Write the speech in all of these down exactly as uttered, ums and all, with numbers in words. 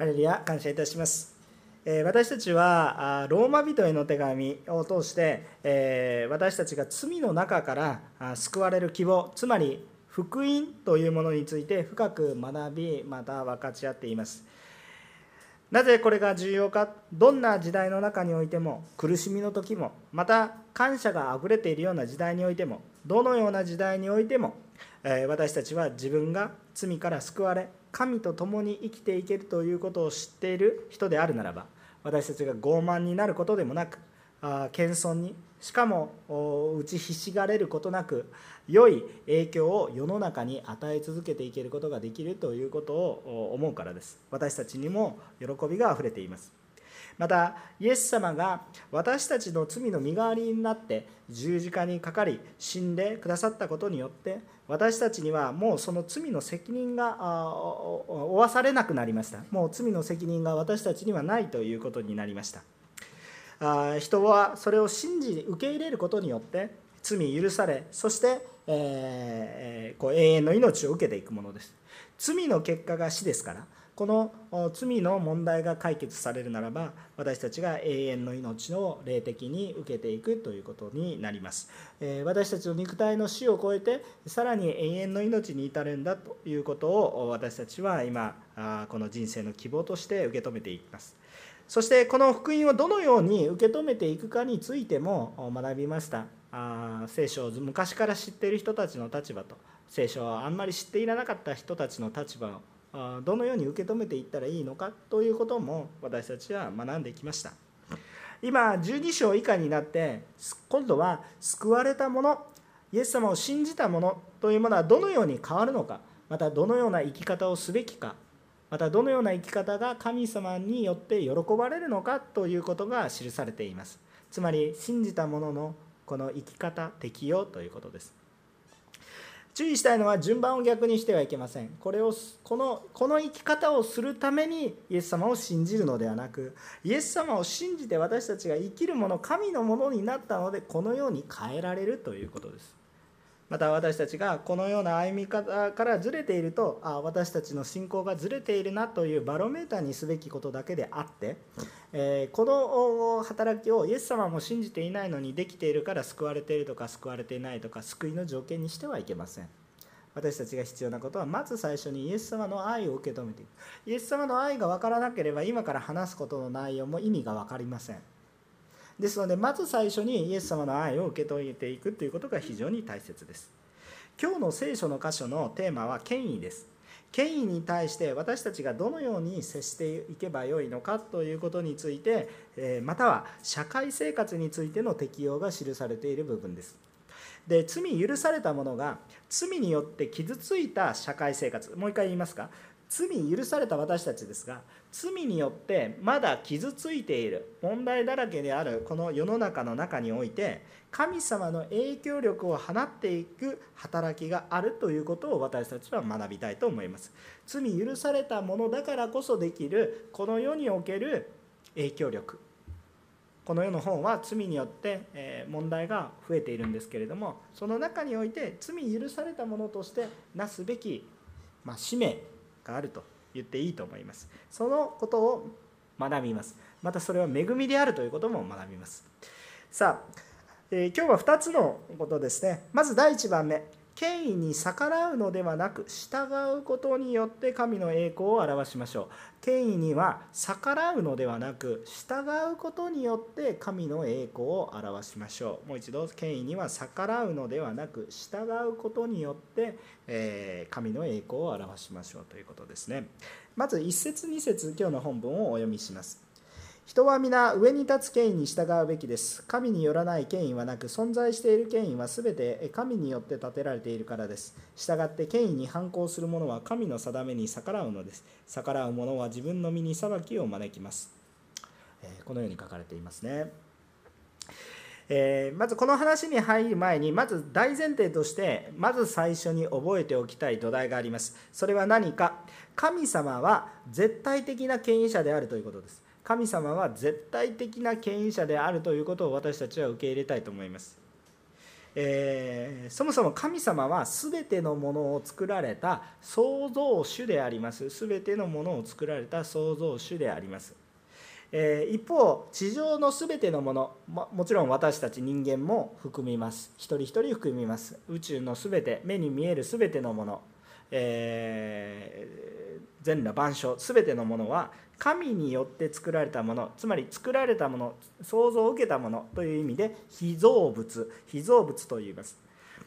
ハレルヤ、感謝いたします。えー私たちはあローマ人への手紙を通して、えー私たちが罪の中からあ救われる希望、つまり福音というものについて深く学び、また分かち合っています。なぜこれが重要か。どんな時代の中においても、苦しみの時も、また感謝があふれているような時代においても、どのような時代においても、えー私たちは自分が罪から救われ、神と共に生きていけるということを知っている人であるならば、私たちが傲慢になることでもなく、あ謙遜に、しかもお打ちひしがれることなく、良い影響を世の中に与え続けていけることができるということをお思うからです。私たちにも喜びがあふれています。またイエス様が私たちの罪の身代わりになって十字架にかかり死んでくださったことによって、私たちにはもうその罪の責任があ負わされなくなりました。もう罪の責任が私たちにはないということになりました。あ人はそれを信じ受け入れることによって罪許され、そして、えー、こう永遠の命を受けていくものです。罪の結果が死ですから、この罪の問題が解決されるならば、私たちが永遠の命を霊的に受けていくということになります。私たちの肉体の死を超えて、さらに永遠の命に至るんだということを、私たちは今この人生の希望として受け止めていきます。そしてこの福音をどのように受け止めていくかについても学びました。あ聖書を昔から知っている人たちの立場と、聖書をあんまり知っていなかった人たちの立場をどのように受け止めていったらいいのかということも私たちは学んできました。今じゅうに章以下になって、今度は救われた者、イエス様を信じた者というものはどのように変わるのか、またどのような生き方をすべきか、またどのような生き方が神様によって喜ばれるのかということが記されています。つまり信じた者のこの生き方、適用ということです。注意したいのは順番を逆にしてはいけません。これをこのこの生き方をするためにイエス様を信じるのではなく、イエス様を信じて私たちが生きるもの、神のものになったので、このように変えられるということです。また私たちがこのような歩み方からずれていると、あ私たちの信仰がずれているなというバロメーターにすべきことだけであって、えー、この働きをイエス様も信じていないのにできているから救われているとか救われていないとか救いの条件にしてはいけません。私たちが必要なことは、まず最初にイエス様の愛を受け止めていく。イエス様の愛が分からなければ、今から話すことの内容も意味が分かりません。ですので、まず最初にイエス様の愛を受け止めていくということが非常に大切です。今日の聖書の箇所のテーマは権威です。権威に対して私たちがどのように接していけばよいのかということについて、または社会生活についての適用が記されている部分です。で、罪許された者が罪によって傷ついた社会生活、もう一回言いますか。罪許された私たちですが、罪によってまだ傷ついている、問題だらけであるこの世の中の中において、神様の影響力を放っていく働きがあるということを私たちは学びたいと思います。罪許されたものだからこそできるこの世における影響力、この世の方は罪によって問題が増えているんですけれども、その中において罪許されたものとしてなすべき、まあ、使命があると言っていいと思います。そのことを学びます。またそれは恵みであるということも学びます。さあ、えー、今日はふたつのことですね。まずだいいちばんめ、権威に逆らうのではなく従うことによって神の栄光を表しましょう。権威には逆らうのではなく従うことによって神の栄光を表しましょう。もう一度、権威には逆らうのではなく従うことによって、えー、神の栄光を表しましょうということですね。まずいっ節に節、今日の本文をお読みします。人は皆上に立つ権威に従うべきです。神によらない権威はなく、存在している権威はすべて神によって立てられているからです。したがって権威に反抗する者は神の定めに逆らうのです。逆らう者は自分の身に裁きを招きます。このように書かれていますね。えー、まずこの話に入る前に、まず大前提としてまず最初に覚えておきたい土台があります。それは何か。神様は絶対的な権威者であるということです。神様は絶対的な権威者であるということを私たちは受け入れたいと思います。 えー、そもそも神様はすべてのものを作られた創造主であります。すべてのものを作られた創造主であります。えー、一方、地上のすべてのもの、も、もちろん私たち人間も含みます。一人一人含みます。宇宙のすべて、目に見えるすべてのもの、えー、全裸万象、すべてのものは神によって作られたもの、つまり作られたもの、創造を受けたものという意味で被造物、被造物と言います。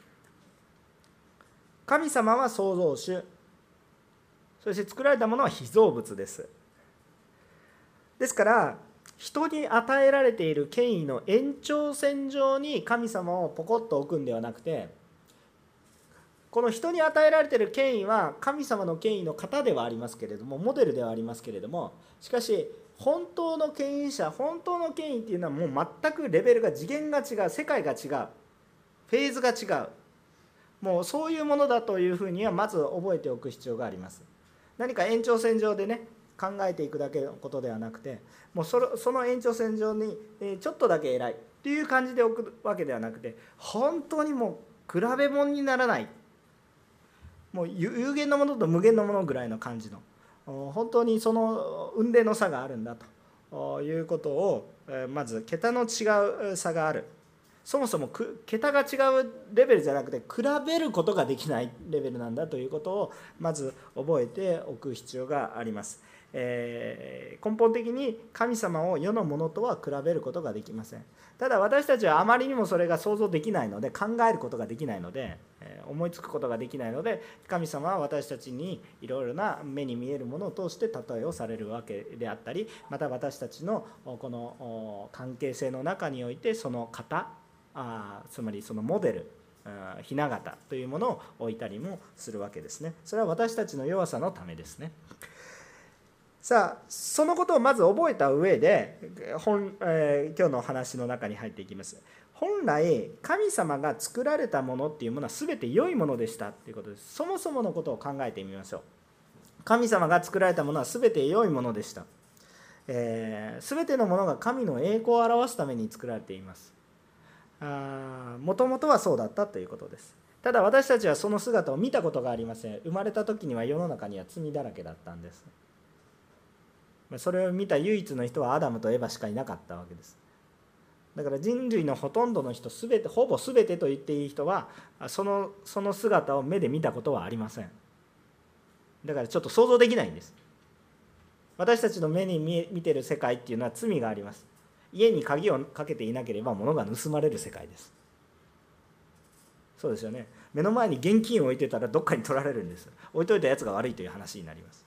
神様は創造主、そして作られたものは被造物です。ですから人に与えられている権威の延長線上に神様をポコッと置くんではなくて、この人に与えられている権威は神様の権威の型ではありますけれども、モデルではありますけれども、しかし本当の権威者、本当の権威っていうのはもう全くレベルが、次元が違う、世界が違う、フェーズが違う、もうそういうものだというふうにはまず覚えておく必要があります。何か延長線上でね考えていくだけのことではなくて、もうその、その延長線上にちょっとだけ偉いっていう感じで置くわけではなくて、本当にもう比べ物にならない、もう有限のものと無限のものぐらいの感じの、本当にその雲泥の差があるんだということを、まず桁の違う差がある、そもそも桁が違うレベルじゃなくて比べることができないレベルなんだということをまず覚えておく必要があります。えー、根本的に神様を世のものとは比べることができません。ただ私たちはあまりにもそれが想像できないので、考えることができないので、えー、思いつくことができないので、神様は私たちにいろいろな目に見えるものを通して例えをされるわけであったり、また私たちのこの関係性の中においてその型、あつまりそのモデル、ひな形というものを置いたりもするわけですね。それは私たちの弱さのためですね。さあ、そのことをまず覚えた上で本、えー、今日の話の中に入っていきます。本来神様が作られたものっていうものは全て良いものでしたということです。そもそものことを考えてみましょう。神様が作られたものは全て良いものでした。えー、全てのものが神の栄光を表すために作られています。もともとはそうだったということです。ただ私たちはその姿を見たことがありません。生まれた時には世の中には罪だらけだったんです。それを見た唯一の人はアダムとエバしかいなかったわけです。だから人類のほとんどの人、すべて、ほぼ全てと言っていい人はその、その姿を目で見たことはありません。だからちょっと想像できないんです。私たちの目に見てる世界っていうのは罪があります。家に鍵をかけていなければ物が盗まれる世界です。そうですよね。目の前に現金を置いてたらどっかに取られるんです。置いといたやつが悪いという話になります。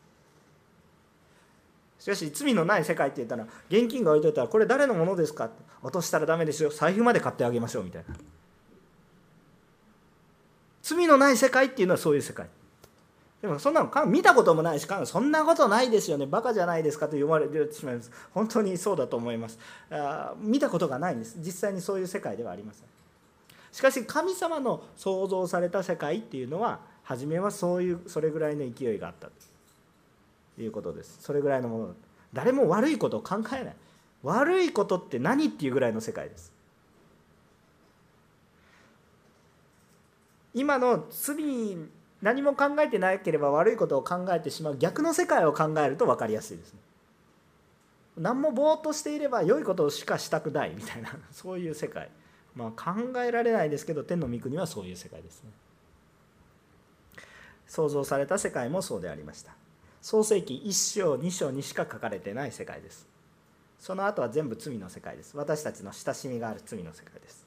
しかし罪のない世界って言ったら、現金が置いといたらこれ誰のものですかって、落としたらダメですよ、財布まで買ってあげましょうみたいな。罪のない世界っていうのはそういう世界。でもそんなの見たこともないし、そんなことないですよね、バカじゃないですかと言われてしまいます。本当にそうだと思います。あ、見たことがないんです。実際にそういう世界ではありません。しかし神様の創造された世界っていうのは、初めはそういうそれぐらいの勢いがあったということです。それぐらいのもの、誰も悪いことを考えない。悪いことって何っていうぐらいの世界です。今の罪、何も考えてなければ悪いことを考えてしまう逆の世界を考えると分かりやすいですね。何もぼーっとしていれば良いことしかしたくないみたいな、そういう世界、まあ、考えられないですけど、天の御国はそういう世界ですね。創造された世界もそうでありました。創世記いっ章に章にしか書かれてない世界です。その後は全部罪の世界です。私たちの親しみがある罪の世界です。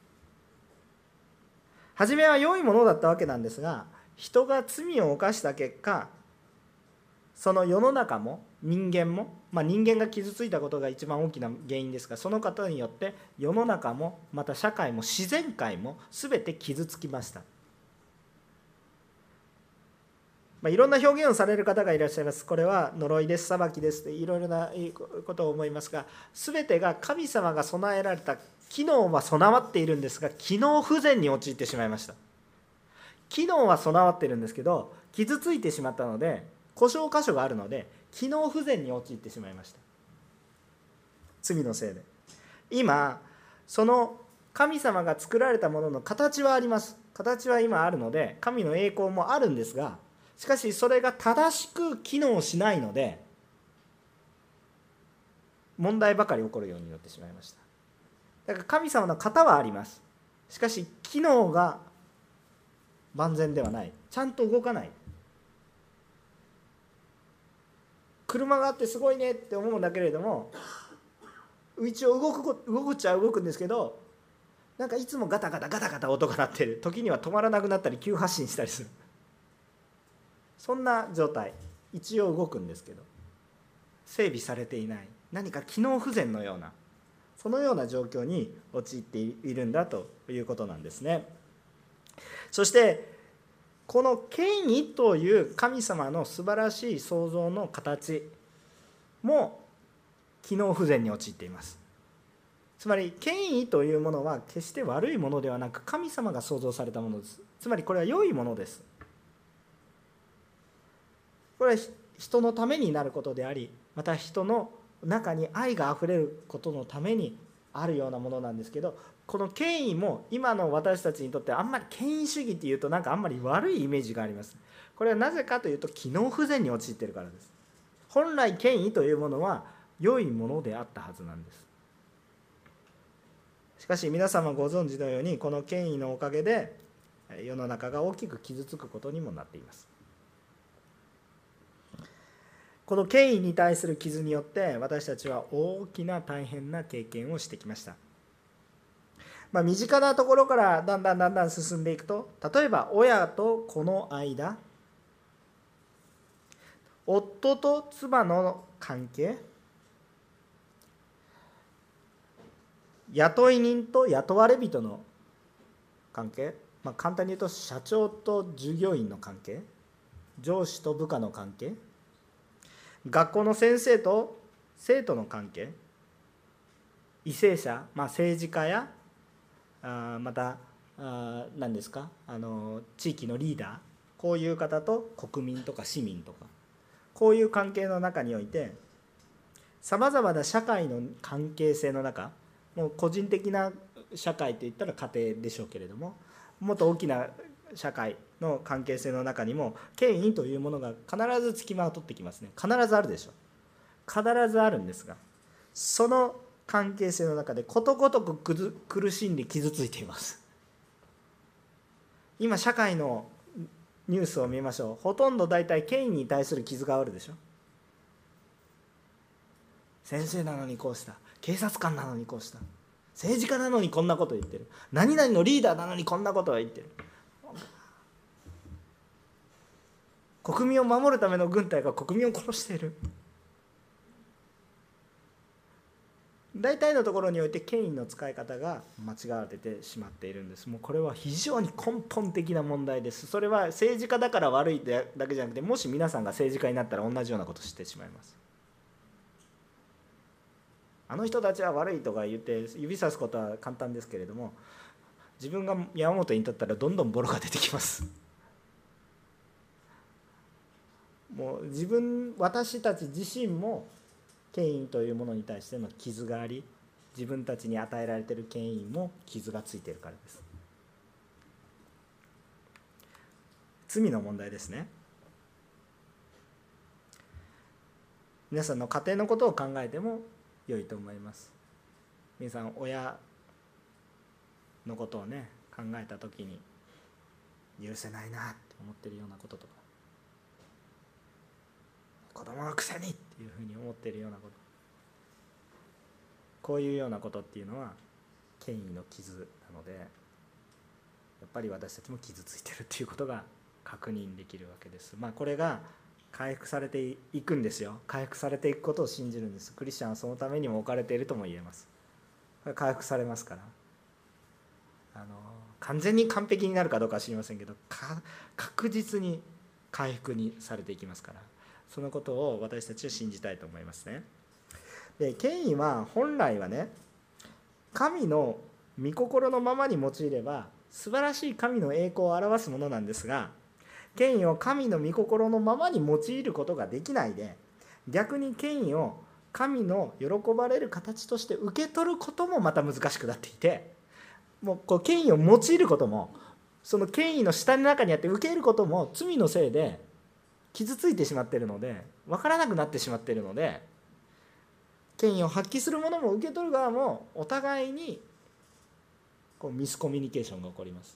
初めは良いものだったわけなんですが、人が罪を犯した結果、その世の中も人間も、まあ、人間が傷ついたことが一番大きな原因ですが、その方によって世の中もまた社会も自然界も全て傷つきました。まあ、いろんな表現をされる方がいらっしゃいます。これは呪いです、裁きですっていろいろなことを思いますが、全てが神様が備えられた機能は備わっているんですが、機能不全に陥ってしまいました。機能は備わっているんですけど、傷ついてしまったので、故障箇所があるので機能不全に陥ってしまいました。罪のせいで。今その神様が作られたものの形はあります。形は今あるので神の栄光もあるんですが、しかしそれが正しく機能しないので問題ばかり起こるようになってしまいました。だから神様の型はあります。しかし機能が万全ではない。ちゃんと動かない。車があってすごいねって思うんだけれども、一応動く動くっちゃ動くんですけど、なんかいつもガタガタガタガタ音が鳴ってる。時には止まらなくなったり急発進したりする。そんな状態。一応動くんですけど整備されていない、何か機能不全のような、そのような状況に陥っているんだということなんですね。そしてこの権威という神様の素晴らしい創造の形も機能不全に陥っています。つまり権威というものは決して悪いものではなく神様が創造されたものです。つまりこれは良いものです。これは人のためになることであり、また人の中に愛があふれることのためにあるようなものなんですけど、この権威も今の私たちにとってあんまり権威主義っていうとなんかあんまり悪いイメージがあります。これはなぜかというと機能不全に陥っているからです。本来権威というものは良いものであったはずなんです。しかし皆様ご存知のようにこの権威のおかげで世の中が大きく傷つくことにもなっています。この権威に対する傷によって私たちは大きな大変な経験をしてきました。まあ、身近なところからだんだんだんだん進んでいくと、例えば親と子の間、夫と妻の関係、雇い人と雇われ人の関係、まあ、簡単に言うと社長と従業員の関係、上司と部下の関係、学校の先生と生徒の関係、為政者、まあ、政治家やあまたあ何ですかあの地域のリーダー、こういう方と国民とか市民とか、こういう関係の中においてさまざまな社会の関係性の中、もう個人的な社会といったら家庭でしょうけれども、もっと大きな社会の関係性の中にも権威というものが必ずつきまとってきますね。必ずあるでしょう。必ずあるんですが、その関係性の中でことごとく苦しんで傷ついています。今社会のニュースを見ましょう。ほとんど大体権威に対する傷があるでしょ。先生なのにこうした、警察官なのにこうした、政治家なのにこんなこと言ってる、何々のリーダーなのにこんなことを言ってる、国民を守るための軍隊が国民を殺している。大体のところにおいて権威の使い方が間違われてしまっているんです。もうこれは非常に根本的な問題です。それは政治家だから悪いだけじゃなくて、もし皆さんが政治家になったら同じようなことをしてしまいます。あの人たちは悪いとか言って指さすことは簡単ですけれども、自分が山本に立ったらどんどんボロが出てきます。もう自分私たち自身も権威というものに対しての傷があり、自分たちに与えられている権威も傷がついているからです。罪の問題ですね。皆さんの家庭のことを考えても良いと思います。皆さん親のことをね考えたときに許せないなって思ってるようなこととか、子供のくせにっていうふうに思っているようなこと、こういうようなことっていうのは権威の傷なので、やっぱり私たちも傷ついているっていうことが確認できるわけです。まあこれが回復されていくんですよ。回復されていくことを信じるんです。クリスチャンはそのためにも置かれているとも言えます。回復されますから、あの完全に完璧になるかどうかは知りませんけど、確実に回復にされていきますから、そのことを私たちは信じたいと思いますね。で、権威は本来はね、神の御心のままに用いれば素晴らしい神の栄光を表すものなんですが、権威を神の御心のままに用いることができないで、逆に権威を神の喜ばれる形として受け取ることもまた難しくなっていて、 もうこう権威を用いることも、その権威の下の中にあって受けることも罪のせいで傷ついてしまっているので、分からなくなってしまっているので、権威を発揮する者も受け取る側もお互いにこうミスコミュニケーションが起こります。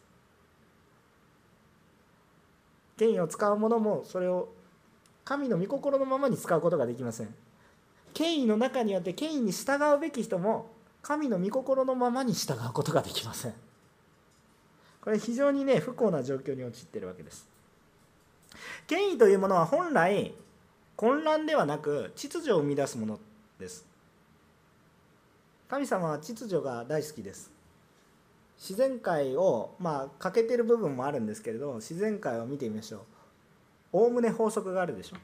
権威を使う者もそれを神の御心のままに使うことができません。権威の中にあって権威に従うべき人も神の御心のままに従うことができません。これ非常にね、不幸な状況に陥っているわけです。権威というものは本来混乱ではなく秩序を生み出すものです。神様は秩序が大好きです。自然界をまあ欠けている部分もあるんですけれど、自然界を見てみましょう。おおむね法則があるでしょ。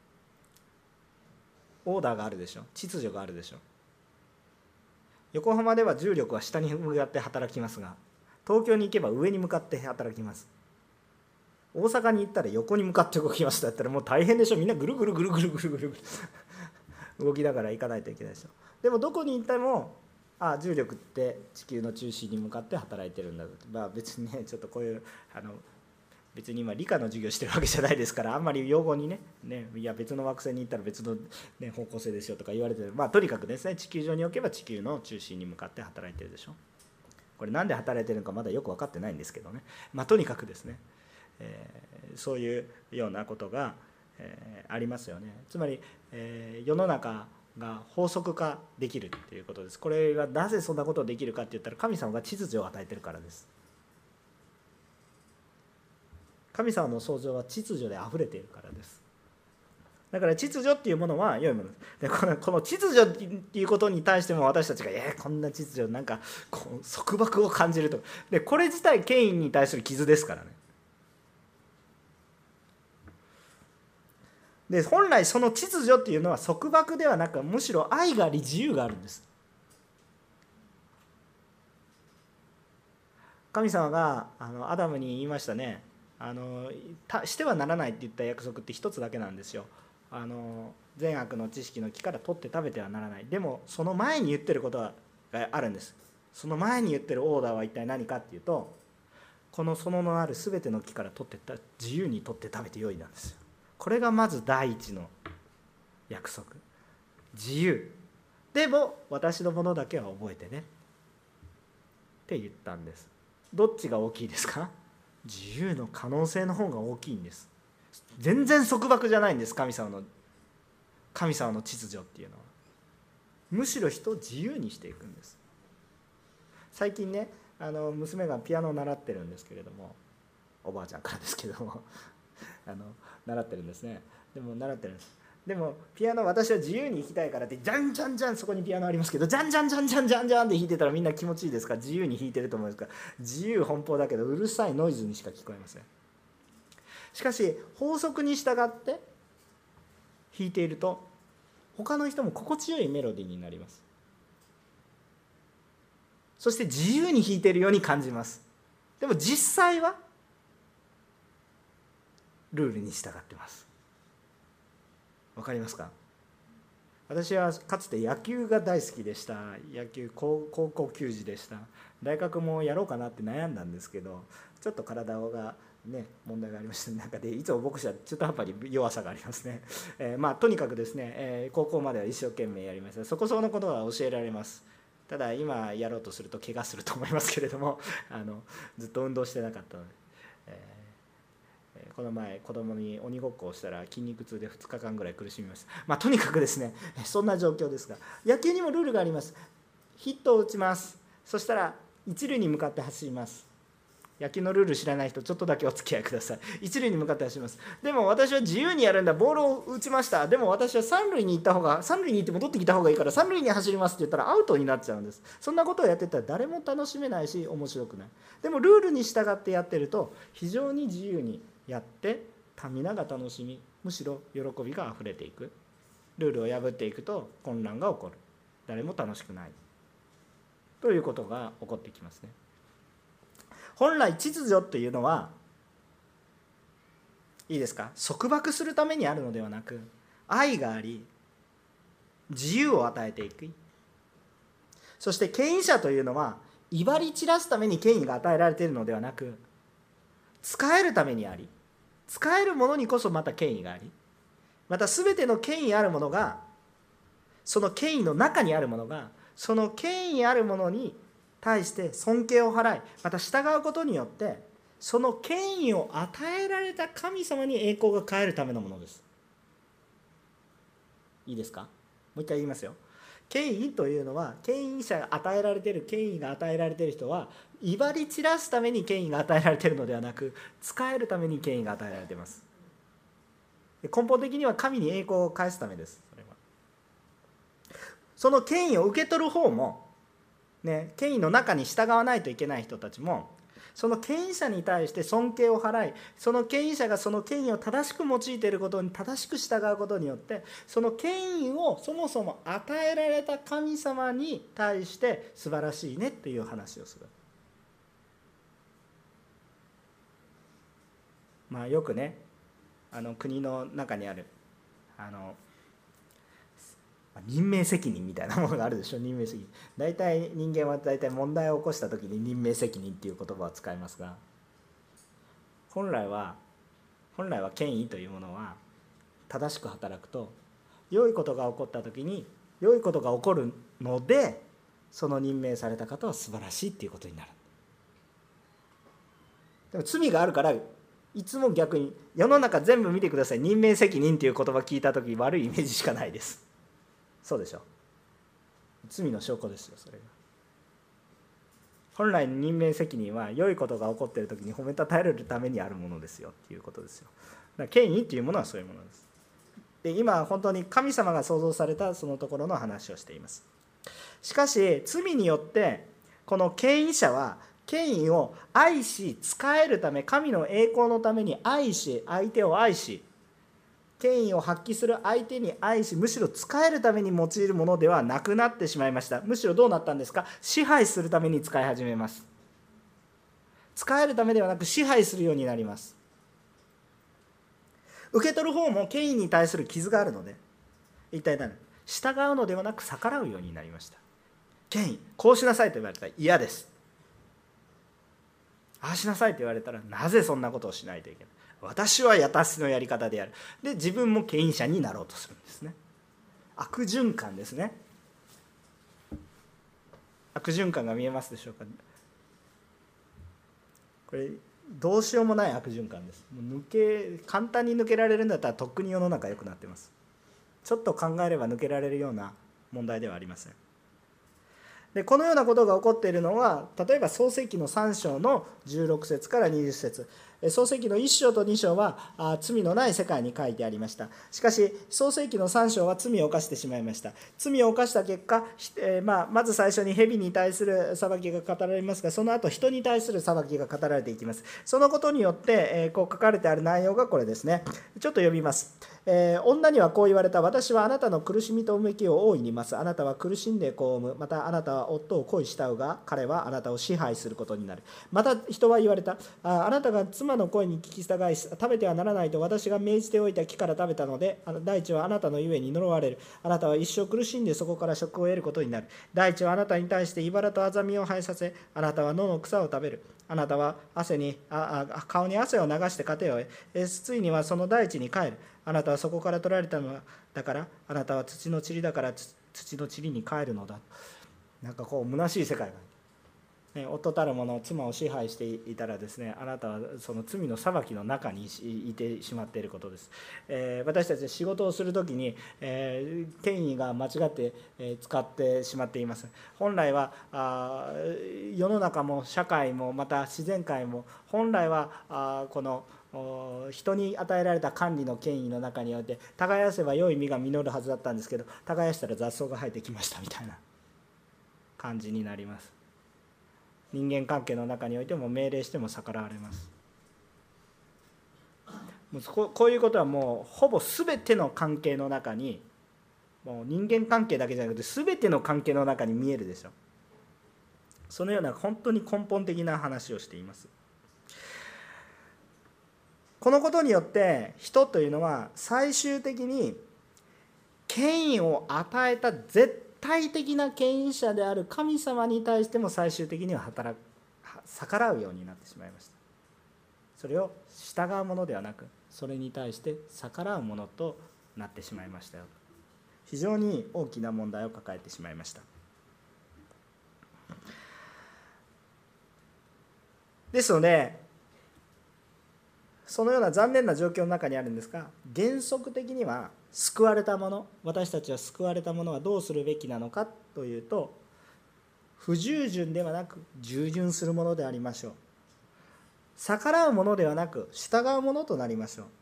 オーダーがあるでしょ。秩序があるでしょ。横浜では重力は下に向かって働きますが、東京に行けば上に向かって働きます。大阪に行ったら横に向かって動きますだったらもう大変でしょ。みんなぐるぐるぐるぐるぐるぐるぐる動きながら行かないといけないでしょ。でもどこに行っても、あ、重力って地球の中心に向かって働いてるんだと。まあ別にね、ちょっとこういうあの別に今理科の授業してるわけじゃないですから、あんまり用語にね、ね、いや別の惑星に行ったら別の、ね、方向性ですよとか言われてる。まあとにかくですね、地球上におけば地球の中心に向かって働いてるでしょ。これなんで働いてるのかまだよく分かってないんですけどね。まあとにかくですね、えー、そういうようなことが、えー、ありますよね。つまり、えー、世の中が法則化できるということです。これがなぜそんなことができるかって言ったら、神様が秩序を与えてるからです。神様の創造は秩序であふれているからです。だから秩序っていうものは良いものです。でこの、この秩序っていうことに対しても私たちがえー、こんな秩序なんかこう束縛を感じると。でこれ自体権威に対する傷ですからね。で本来その秩序っていうのは束縛ではなく、むしろ愛があり自由があるんです。神様があのアダムに言いましたね。あのしてはならないって言った約束って一つだけなんですよ。あの善悪の知識の木から取って食べてはならない。でもその前に言ってることがあるんです。その前に言ってるオーダーは一体何かっていうと、この園のある全ての木から取ってた自由に取って食べてよいなんですよ。これがまず第一の約束。自由でも私のものだけは覚えてねって言ったんです。どっちが大きいですか？自由の可能性の方が大きいんです。全然束縛じゃないんです。神様の神様の秩序っていうのはむしろ人を自由にしていくんです。最近ね、あの娘がピアノを習ってるんですけれども、おばあちゃんからですけどもあの習ってるんですね。でも習ってるんです。でもピアノ私は自由に弾きたいからってじゃんじゃんじゃん、そこにピアノありますけど、じゃんじゃんじゃんじゃんじゃんじゃんって弾いてたらみんな気持ちいいですか？自由に弾いてると思いますか？自由奔放だけどうるさいノイズにしか聞こえません。しかし法則に従って弾いていると他の人も心地よいメロディーになります。そして自由に弾いているように感じます。でも実際はルールに従ってます。わかりますか？私はかつて野球が大好きでした。野球高校球児でした。大学もやろうかなって悩んだんですけど、ちょっと体がね問題がありました中で、いつも僕は中途半端に弱さがありますね。えー、まあとにかくですね、えー、高校までは一生懸命やりました。そこそこのことは教えられます。ただ今やろうとすると怪我すると思いますけれども、あのずっと運動してなかったので。えーこの前子供に鬼ごっこをしたら筋肉痛でふつかかんぐらい苦しみました。まあとにかくですね、そんな状況ですが、野球にもルールがあります。ヒットを打ちます。そしたら一塁に向かって走ります。野球のルール知らない人ちょっとだけお付き合いください。一塁に向かって走ります。でも私は自由にやるんだ。ボールを打ちました。でも私は三塁に行った方が三塁に行って戻ってきた方がいいから三塁に走りますって言ったらアウトになっちゃうんです。そんなことをやってたら誰も楽しめないし面白くない。でもルールに従ってやってると非常に自由にやって皆が楽しみ、むしろ喜びがあふれていく。ルールを破っていくと混乱が起こる。誰も楽しくないということが起こってきますね。本来秩序というのはいいですか、束縛するためにあるのではなく、愛があり自由を与えていく。そして権威者というのは威張り散らすために権威が与えられているのではなく、使えるためにあり、使えるものにこそまた権威があり、また全ての権威あるものが、その権威の中にあるものが、その権威あるものに対して尊敬を払い、また従うことによってその権威を与えられた神様に栄光が返るためのものです。いいですか？もう一回言いますよ。権威というのは、権威者が与えられている、権威が与えられている人は威張り散らすために権威が与えられているのではなく、使えるために権威が与えられています。根本的には神に栄光を返すためです。それはその権威を受け取る方も、ね、権威の中に従わないといけない人たちも、その権威者に対して尊敬を払い、その権威者がその権威を正しく用いていることに正しく従うことによって、その権威をそもそも与えられた神様に対して素晴らしいねっていう話をする。まあよくね、あの国の中にあるあの任命責任みたいなものがあるでしょ。任命責任、大体人間は大体問題を起こした時に任命責任っていう言葉を使いますが、本来は本来は権威というものは正しく働くと、良いことが起こった時に良いことが起こるので、その任命された方は素晴らしいっていうことになる。でも罪があるから、いつも逆に世の中全部見てください。任命責任っていう言葉聞いた時、悪いイメージしかないです。そうでしょ。罪の証拠ですよ、それが。本来の任命責任は良いことが起こっている時に褒めたたえるためにあるものですよっていうことですよ。だから権威っていうものはそういうものです。で、今本当に神様が創造されたそのところの話をしています。しかし罪によってこの権威者は権威を愛し使えるため、神の栄光のために愛し、相手を愛し、権威を発揮する相手に愛し、むしろ使えるために用いるものではなくなってしまいました。むしろどうなったんですか？支配するために使い始めます。使えるためではなく支配するようになります。受け取る方も権威に対する傷があるので、一体何？従うのではなく逆らうようになりました。権威、こうしなさいと言われたら嫌です。ああしなさいと言われたら、なぜそんなことをしないといけない。私は私のやり方でやる。で、自分も権威者になろうとするんですね。悪循環ですね。悪循環が見えますでしょうか。これどうしようもない悪循環です。もう抜け簡単に抜けられるんだったらとっくに世の中良くなってます。ちょっと考えれば抜けられるような問題ではありません。で、このようなことが起こっているのは、例えば創世記のさん章のじゅうろく節からにじゅう節、創世記のいっ章とに章はあ罪のない世界に書いてありました。しかし創世記のさん章は罪を犯してしまいました。罪を犯した結果、えーまあ、まず最初に蛇に対する裁きが語られますが、その後人に対する裁きが語られていきます。そのことによって、えー、こう書かれてある内容がこれですね。ちょっと読みます。えー、女にはこう言われた。私はあなたの苦しみとうめきを大いに増す。あなたは苦しんで子を産む。またあなたは夫を恋したうが、彼はあなたを支配することになる。また人は言われた。あ, あなたが妻の声に聞き従い、食べてはならないと私が命じておいた木から食べたので、あの大地はあなたのゆえに呪われる。あなたは一生苦しんでそこから食を得ることになる。大地はあなたに対して茨とあざみを生えさせ、あなたは野の草を食べる。あなたは汗にああ顔に汗を流して糧を得、ついにはその大地に帰る。あなたはそこから取られたのだから、あなたは土の塵だから土の塵に帰るのだ。なんかこう虚しい世界が、ね、夫たる者、妻を支配していたらですね、あなたはその罪の裁きの中にいてしまっていることです。えー、私たち仕事をするときに、えー、権威が間違って、えー、使ってしまっています。本来はあ世の中も社会もまた自然界も本来はあこの人に与えられた管理の権威の中において、耕せば良い実が実るはずだったんですけど、耕したら雑草が生えてきましたみたいな感じになります。人間関係の中においても命令しても逆らわれます。もうこういうことはもうほぼ全ての関係の中に、もう人間関係だけじゃなくて全ての関係の中に見えるでしょ。そのような本当に根本的な話をしています。このことによって人というのは最終的に権威を与えた絶対的な権威者である神様に対しても最終的には働く逆らうようになってしまいました。それを従うものではなく、それに対して逆らうものとなってしまいましたよ。非常に大きな問題を抱えてしまいました。ですので、そのような残念な状況の中にあるんですが、原則的には救われたもの、私たちは救われたものはどうするべきなのかというと、不従順ではなく従順するものでありましょう。逆らうものではなく従うものとなりましょう。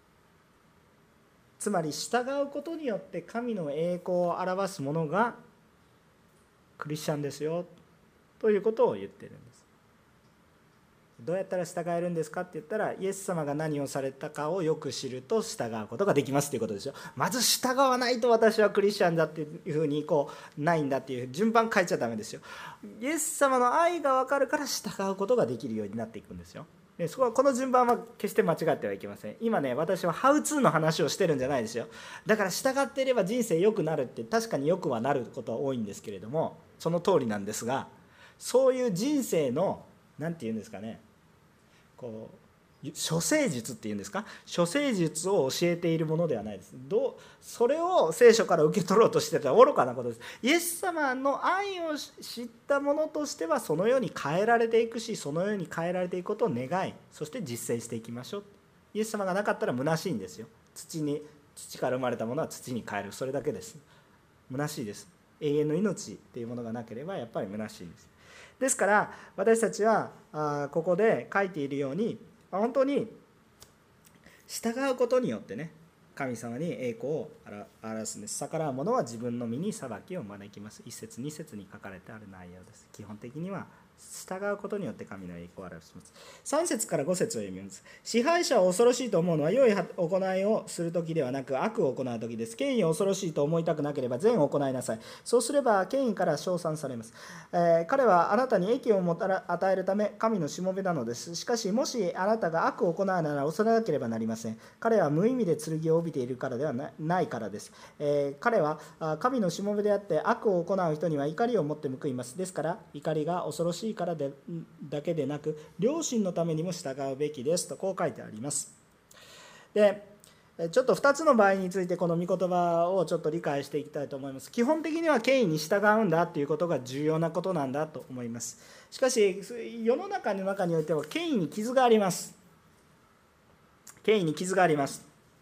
つまり従うことによって神の栄光を表すものがクリスチャンですよということを言っているんです。どうやったら従えるんですかって言ったら、イエス様が何をされたかをよく知ると従うことができますということですよ。まず従わないと私はクリスチャンだっていうふうにこうないんだっていう順番変えちゃダメですよ。イエス様の愛が分かるから従うことができるようになっていくんですよ。でそこはこの順番は決して間違ってはいけません。今ね、私はハウツーの話をしてるんじゃないですよ。だから従っていれば人生良くなるって確かによくはなることは多いんですけれども、その通りなんですが、そういう人生の何て言うんですかね、こう処世術っていうんですか、処世術を教えているものではないです。どうそれを聖書から受け取ろうとしてたら愚かなことです。イエス様の愛を知ったものとしてはそのように変えられていくし、そのように変えられていくことを願い、そして実践していきましょう。イエス様がなかったら虚しいんですよ。土に土から生まれたものは土に変える、それだけです。虚しいです。永遠の命っていうものがなければやっぱり虚しいんです。ですから私たちはここで書いているように、本当に従うことによってね、神様に栄光を表すんです。逆らう者は自分の身に裁きを招きます。一節二節に書かれてある内容です。基本的には従うことによって神の栄光を表します。さん節からご節を読みます。支配者を恐ろしいと思うのは良い行いをするときではなく悪を行うときです。権威を恐ろしいと思いたくなければ善を行いなさい。そうすれば権威から称賛されます。えー、彼はあなたに益をもたら与えるため神のしもべなのです。しかしもしあなたが悪を行うなら恐れなければなりません。彼は無意味で剣を帯びているからではないからです。えー、彼は神のしもべであって悪を行う人には怒りを持って報います。ですから怒りが恐ろしいからでだけでなく良心のためにも従うべきですとこう書いてあります。でちょっとふたつの場合についてこの御言葉をちょっと理解していきたいと思います。基本的には権威に従うんだということが重要なことなんだと思います。しかし世の中の中においては権威に傷があります。権威に傷があります。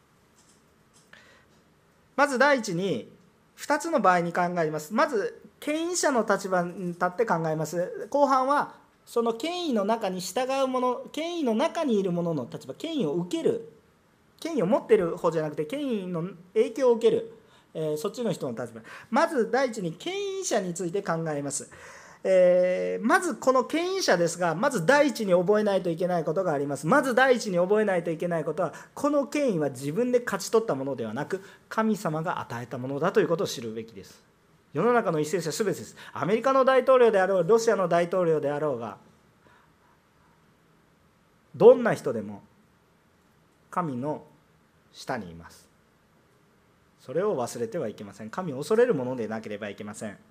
まず第一にふたつの場合に考えます。まず権威者の立場に立って考えます。後半はその権威の中に従うもの、権威の中にいる者の立場、権威を受ける、権威を持っている方じゃなくて権威の影響を受ける、えー、そっちの人の立場。まず第一に権威者について考えます。えー、まずこの権威者ですが、まず第一に覚えないといけないことがあります。まず第一に覚えないといけないことは、この権威は自分で勝ち取ったものではなく神様が与えたものだということを知るべきです。世の中の為政者すべてです。アメリカの大統領であろう、ロシアの大統領であろうが、どんな人でも神の下にいます。それを忘れてはいけません。神を恐れるものでなければいけません。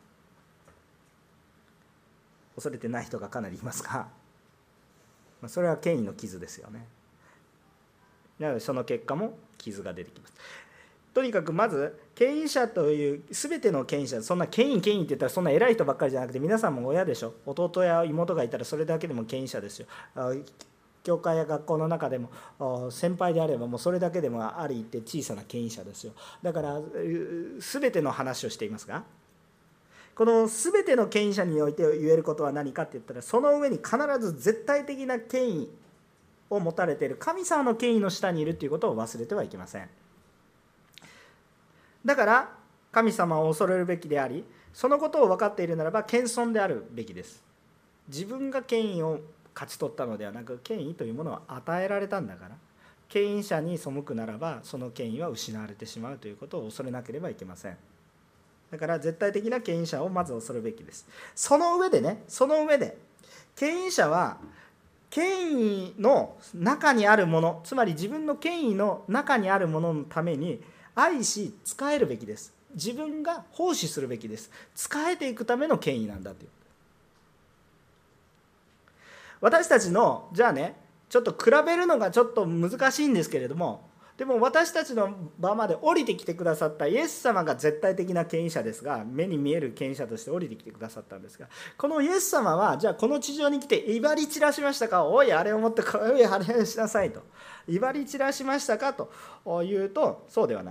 恐れてない人がかなりいますが、それは権威の傷ですよね。なのでその結果も傷が出てきます。とにかくまず権威者という全ての権威者、そんな権威権威って言ったらそんな偉い人ばっかりじゃなくて、皆さんも親でしょ。弟や妹がいたらそれだけでも権威者ですよ。教会や学校の中でも先輩であればもうそれだけでもありって小さな権威者ですよ。だから全ての話をしていますが、この全ての権威者において言えることは何かって言ったら、その上に必ず絶対的な権威を持たれている神様の権威の下にいるということを忘れてはいけません。だから神様を恐れるべきであり、そのことを分かっているならば謙遜であるべきです。自分が権威を勝ち取ったのではなく、権威というものは与えられたんだから、権威者に背くならばその権威は失われてしまうということを恐れなければいけません。だから絶対的な権威者をまず恐るべきです。その上でね、その上で権威者は権威の中にあるもの、つまり自分の権威の中にあるもののために愛し仕えるべきです。 自分が奉仕するべきです。仕えていくための権威なんだという。私たちのじゃあね、ちょっと比べるのがちょっと難しいんですけれども、でも私たちの場まで降りてきてくださったイエス様が絶対的な権威者ですが、目に見える権威者として降りてきてくださったんですが、このイエス様はじゃあこの地上に来て威張り散らしましたか、おいあれを持ってこいあれをしなさいと威張り散らしましたかというと、そうではない。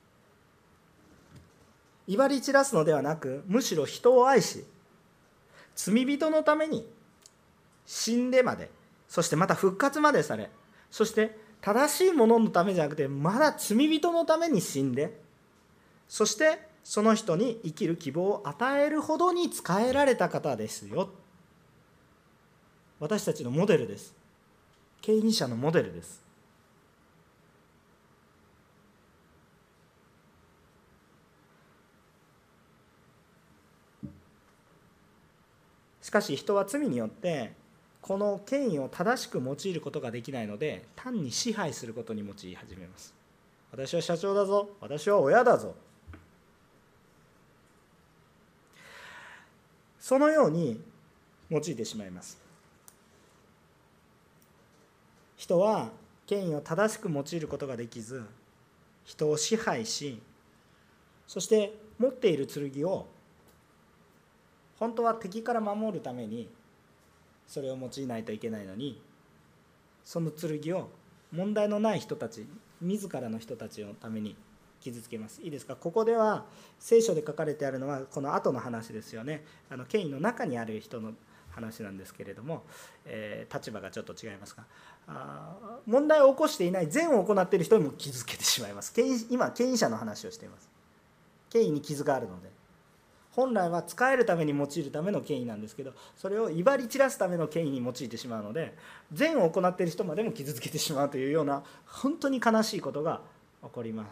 威張り散らすのではなく、むしろ人を愛し、罪人のために死んでまで、そしてまた復活までされ、そして正しいもののためじゃなくて、まだ罪人のために死んで、そしてその人に生きる希望を与えるほどに仕えられた方ですよ。私たちのモデルです。権威者のモデルです。しかし人は罪によってこの権威を正しく用いることができないので、単に支配することに用い始めます。私は社長だぞ、私は親だぞ、そのように用いてしまいます。人は権威を正しく用いることができず、人を支配し、そして持っている剣を本当は敵から守るためにそれを用いないといけないのに、その剣を問題のない人たち、自らの人たちのために傷つけます。いいですか。ここでは聖書で書かれてあるのはこの後の話ですよね。あの権威の中にある人の話なんですけれども、えー、立場がちょっと違いますが、あ問題を起こしていない善を行っている人にも傷つけてしまいます。権威今権威者の話をしています。権威に傷があるので、本来は仕えるために用いるための権威なんですけど、それを威張り散らすための権威に用いてしまうので、善を行っている人までも傷つけてしまうというような本当に悲しいことが起こります。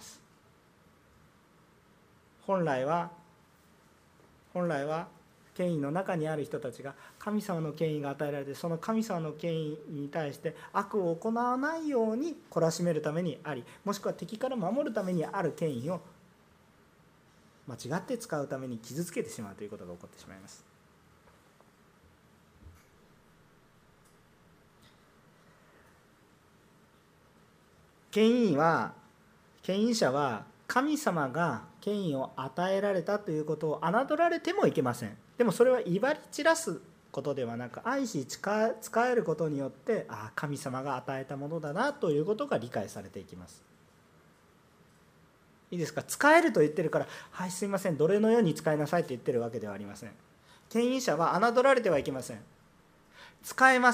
本来は本来は権威の中にある人たちが神様の権威が与えられて、その神様の権威に対して悪を行わないように懲らしめるためにあり、もしくは敵から守るためにある権威を間違って使うために傷つけてしまうということが起こってしまいます。権威は権威者は神様が権威を与えられたということを侮られてもいけません。でもそれは威張り散らすことではなく、愛し仕えることによって、ああ神様が与えたものだなということが理解されていきます。いいですか。使えると言ってるから、はいすいません奴隷のように使いなさいと言ってるわけではありません。権威者は侮られてはいけません。使えます。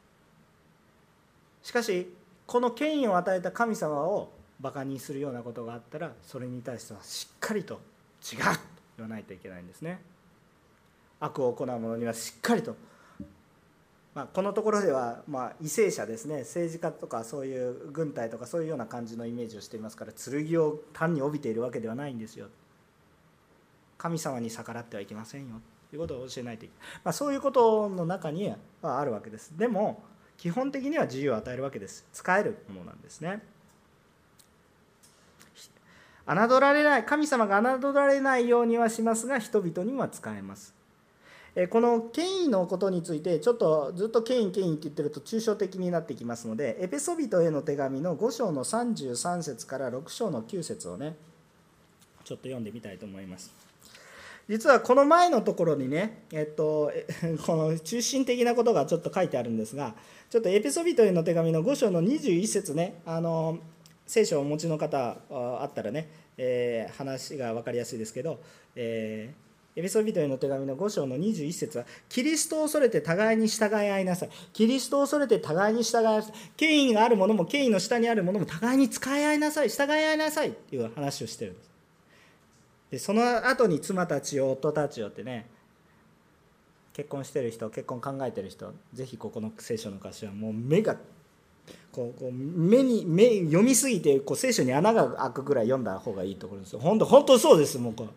しかしこの権威を与えた神様をバカにするようなことがあったら、それに対してはしっかりと違うと言わないといけないんですね。悪を行う者にはしっかりと、まあ、このところでは、まあ、為政者ですね、政治家とかそういう軍隊とかそういうような感じのイメージをしていますから、剣を単に帯びているわけではないんですよ。神様に逆らってはいけませんよということを教えないといけない、まあ、そういうことの中にはあるわけです。でも基本的には自由を与えるわけです。使えるものなんですね。侮られない、神様が侮られないようにはしますが、人々には使えます。この権威のことについてちょっとずっと権威権威って言ってると抽象的になってきますので、エペソビトへの手紙のご章のさんじゅうさん節からろく章のきゅう節をねちょっと読んでみたいと思います。実はこの前のところにね、えっと、この中心的なことがちょっと書いてあるんですが、ちょっとエペソビトへの手紙のご章のにじゅういち節ね、あの聖書をお持ちの方あったらね、えー、話が分かりやすいですけど、えーエペソビトへの手紙のご章のにじゅういち節は、キリストを恐れて互いに従い合いなさい。キリストを恐れて互いに従い合いなさい。権威があるものも権威の下にあるものも互いに使い合いなさい、従い合いなさいっていう話をしてるんです。でその後に妻たちよ夫たちよってね、結婚してる人、結婚考えてる人、ぜひここの聖書の箇所はもう目がこうこう目に目読みすぎてこう聖書に穴が開くぐらい読んだ方がいいところですよ。本当本当そうです。もうこう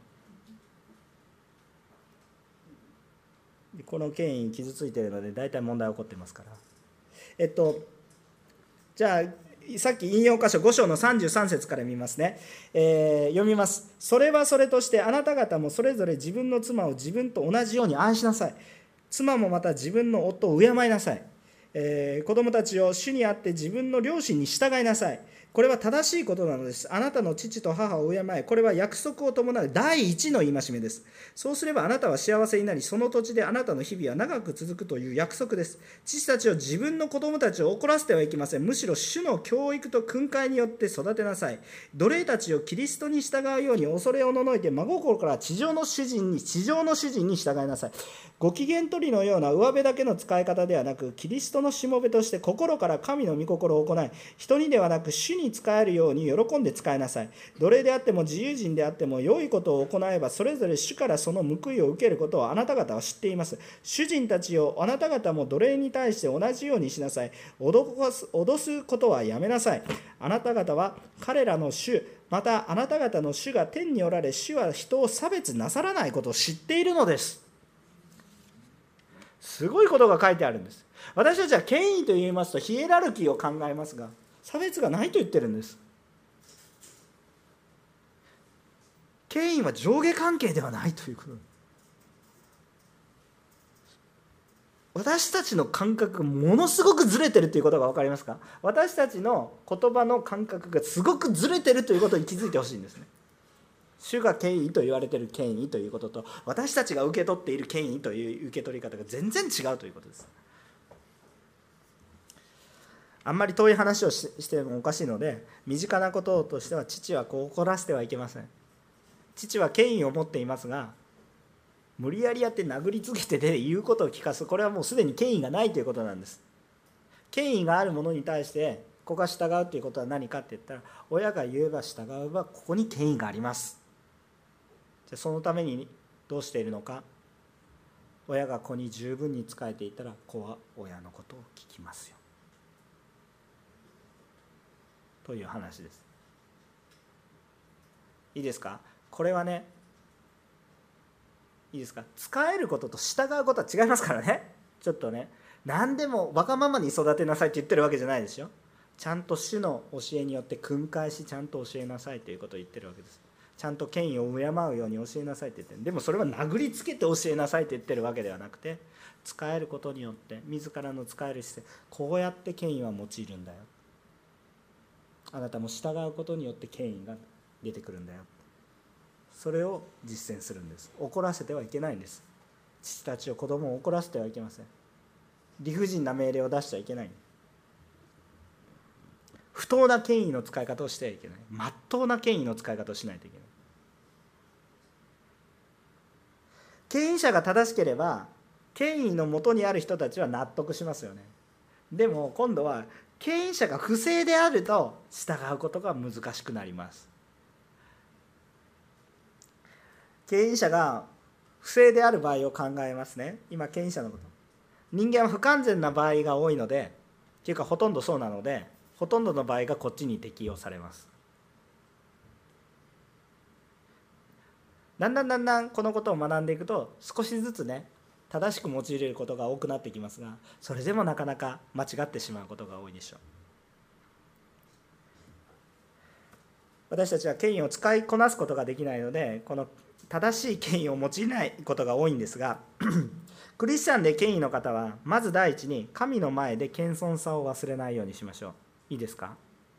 この権威傷ついているので大体問題起こってますから、えっとじゃあさっき引用箇所ご章のさんじゅうさん節から見ますね、えー、読みます。それはそれとしてあなた方もそれぞれ自分の妻を自分と同じように愛しなさい。妻もまた自分の夫を敬いなさい。えー、子供たちを主にあって自分の両親に従いなさい。これは正しいことなのです。あなたの父と母を敬え。これは約束を伴う第一の戒めです。そうすればあなたは幸せになり、その土地であなたの日々は長く続くという約束です。父たちを自分の子供たちを怒らせてはいけません。むしろ主の教育と訓戒によって育てなさい。奴隷たちをキリストに従うように恐れをののいて、真心から地上の主人に地上の主人に従いなさい。ご機嫌取りのような上辺だけの使い方ではなく、キリストのしもべとして心から神の御心を行い、人にではなく主に仕えるように喜んで仕えなさい。奴隷であっても自由人であっても良いことを行えば、それぞれ主からその報いを受けることをあなた方は知っています。主人たちをあなた方も奴隷に対して同じようにしなさい。脅かす、脅すことはやめなさい。あなた方は彼らの主、またあなた方の主が天におられ、主は人を差別なさらないことを知っているのです。すごいことが書いてあるんです。私たちは権威といいますとヒエラルキーを考えますが、差別がないと言ってるんです。権威は上下関係ではないということ。私たちの感覚がものすごくずれてるということが分かりますか？私たちの言葉の感覚がすごくずれてるということに気づいてほしいんですね。主が権威と言われている権威ということと、私たちが受け取っている権威という受け取り方が全然違うということです。あんまり遠い話を し, してもおかしいので、身近なこととしては、父はこう怒らせてはいけません。父は権威を持っていますが、無理やりやって殴りつけてで言うことを聞かす、これはもうすでに権威がないということなんです。権威があるものに対してここが従うということは何かって言ったら、親が言えば従うばここに権威があります。じゃそのためにどうしているのか。親が子に十分に仕えていたら、子は親のことを聞きますよという話です。いいですか？これはね、いいですか？使えることと従うことは違いますからね。ちょっとね、何でもわがままに育てなさいって言ってるわけじゃないですよ。ちゃんと主の教えによって訓戒し、ちゃんと教えなさいということを言ってるわけです。ちゃんと権威を敬うように教えなさいって言ってる。でもそれは殴りつけて教えなさいって言ってるわけではなくて、使えることによって自らの使える姿勢、こうやって権威は用いるんだよ。あなたも従うことによって権威が出てくるんだよ。それを実践するんです。怒らせてはいけないんです。父たちを、子供を怒らせてはいけません。理不尽な命令を出しちゃいけない。不当な権威の使い方をしてはいけない。真っ当な権威の使い方をしないといけない。権威者が正しければ、権威のもとにある人たちは納得しますよね。でも今度は権威者が不正であると従うことが難しくなります。権威者が不正である場合を考えますね。今権威者のこと、人間は不完全な場合が多いので、というかほとんどそうなので、ほとんどの場合がこっちに適用されます。だんだんだんだんこのことを学んでいくと、少しずつね、正しく用いれることが多くなってきますが、それでもなかなか間違ってしまうことが多いでしょう。私たちは権威を使いこなすことができないので、この正しい権威を用いないことが多いんですがクリスチャンで権威の方は、まず第一に神の前で謙遜さを忘れないようにしましょう。いいですか？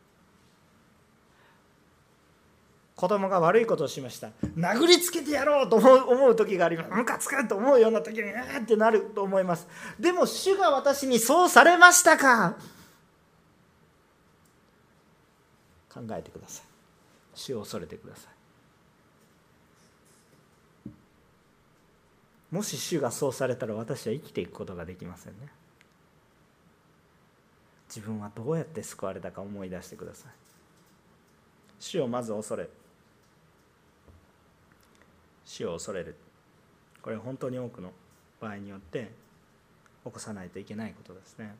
子供が悪いことをしました。殴りつけてやろうと思う、思う時があります。ムカつくと思うような時にうーってなると思います。でも主が私にそうされましたか？考えてください。主を恐れてください。もし主がそうされたら、私は生きていくことができませんね。自分はどうやって救われたか思い出してください。主をまず恐れる。主を恐れる。これは本当に多くの場合によって起こさないといけないことですね。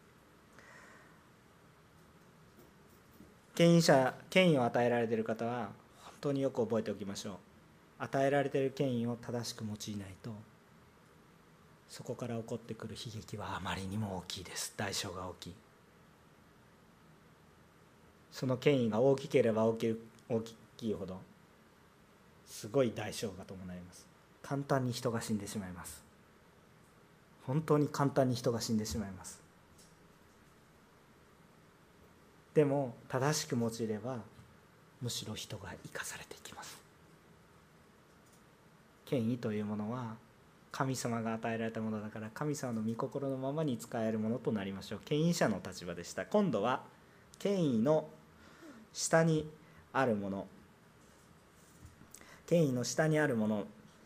権威者、権威を与えられている方は本当によく覚えておきましょう。与えられている権威を正しく用いないと、そこから起こってくる悲劇はあまりにも大きいです。代償が大きい。 その権威が大きければ大きい、大きいほどすごい代償が伴います。簡単に人が死んでしまいます。本当に簡単に人が死んでしまいます。でも正しく用いればむしろ人が生かされていきます。権威というものは神様が与えられたものだから、神様の御心のままに使えるものとなりましょう。権威者の立場でした。今度は権威の下にあるもの、権威の下にあるもの、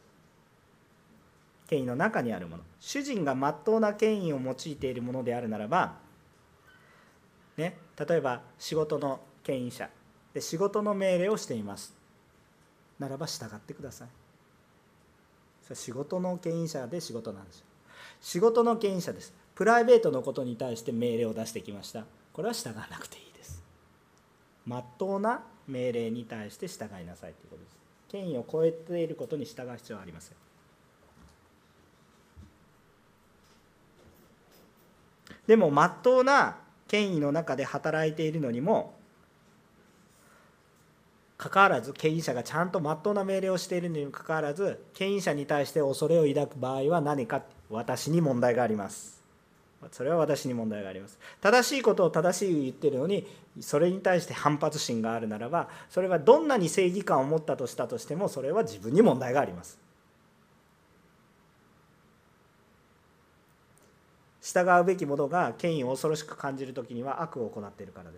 権威の中にあるもの、主人が真っ当な権威を用いているものであるならば、ね、例えば仕事の権威者で仕事の命令をしていますならば従ってください。それ仕事の権威者で仕事なんですよ。仕事の権威者です。プライベートのことに対して命令を出してきました。これは従わなくていいです。真っ当な命令に対して従いなさいということです。権威を超えていることに従う必要はありません。でも真っ当な権威の中で働いているのにもかかわらず、権威者がちゃんと真っ当な命令をしているのにもかかわらず、権威者に対して恐れを抱く場合は何か、私に問題があります。それは私に問題があります。正しいことを正しい言っているのにそれに対して反発心があるならば、それはどんなに正義感を持ったとしたとしてもそれは自分に問題があります。従うべきものが権威を恐ろしく感じるときには悪を行っているからです。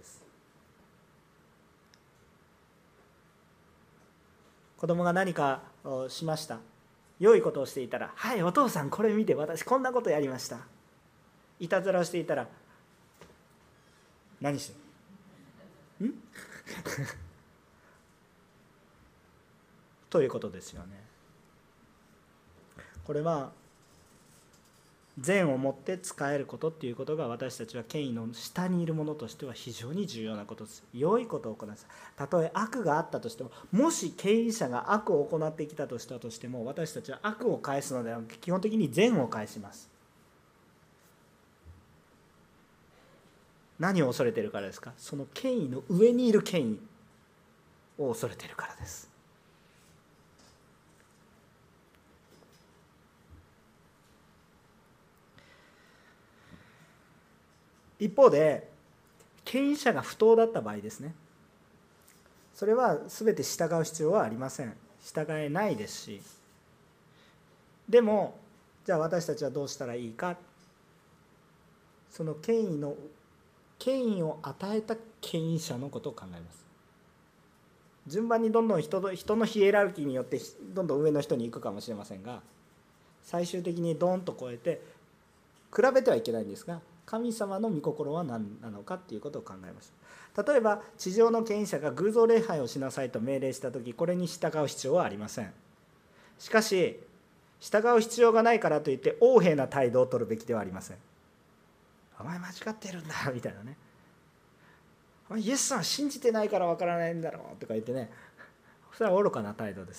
子供が何かをしました。良いことをしていたら、はいお父さんこれ見て、私こんなことやりました。いたずらをしていたら、何してるんということですよね。これは善をもって使えることっていうことが、私たちは権威の下にいるものとしては非常に重要なことです。良いことを行います。たとえ悪があったとしても、もし権威者が悪を行ってきたとしたとしても、私たちは悪を返すのではなく基本的に善を返します。何を恐れているからですか？その権威の上にいる権威を恐れているからです。一方で権威者が不当だった場合ですね、それは全て従う必要はありません。従えないですし、でもじゃあ私たちはどうしたらいいか、その権威の権威を与えた権威者のことを考えます。順番にどんどん人の人のヒエラルキーによってどんどん上の人に行くかもしれませんが、最終的にドーンと超えて、比べてはいけないんですが、神様の御心は何なのかということを考えます。例えば地上の権威者が偶像礼拝をしなさいと命令したとき、これに従う必要はありません。しかし従う必要がないからといって横柄な態度を取るべきではありません。お前間違ってるんだみたいなね、お前イエスさん信じてないからわからないんだろうとか言ってね、それは愚かな態度です。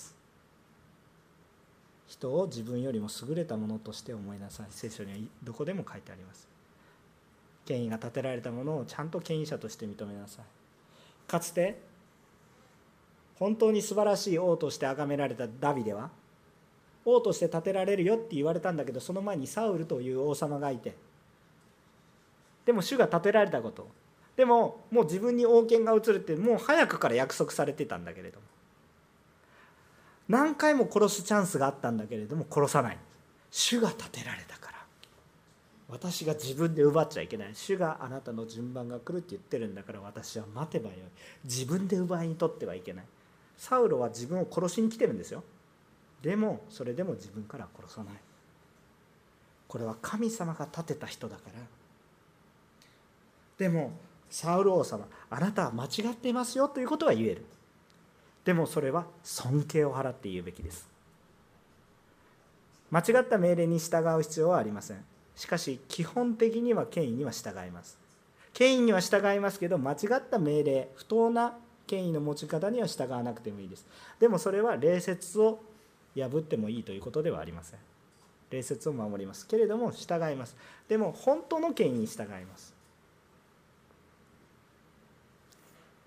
人を自分よりも優れたものとして思いなさい。聖書にはどこでも書いてあります。権威が立てられたものをちゃんと権威者として認めなさい。かつて本当に素晴らしい王として崇められたダビデは、王として立てられるよって言われたんだけど、その前にサウルという王様がいて、でも主が立てられたこと、でももう自分に王権が移るってもう早くから約束されてたんだけれども、何回も殺すチャンスがあったんだけれども殺さない。主が立てられたから、私が自分で奪っちゃいけない。主があなたの順番が来るって言ってるんだから、私は待てばよい。自分で奪いに取ってはいけない。サウロは自分を殺しに来てるんですよ。でもそれでも自分から殺さない。これは神様が立てた人だから。でもサウル王様、あなたは間違っていますよということは言える。でもそれは尊敬を払って言うべきです。間違った命令に従う必要はありません。しかし基本的には権威には従います。権威には従いますけど、間違った命令、不当な権威の持ち方には従わなくてもいいです。でもそれは礼節を破ってもいいということではありません。礼節を守りますけれども従います。でも本当の権威に従います。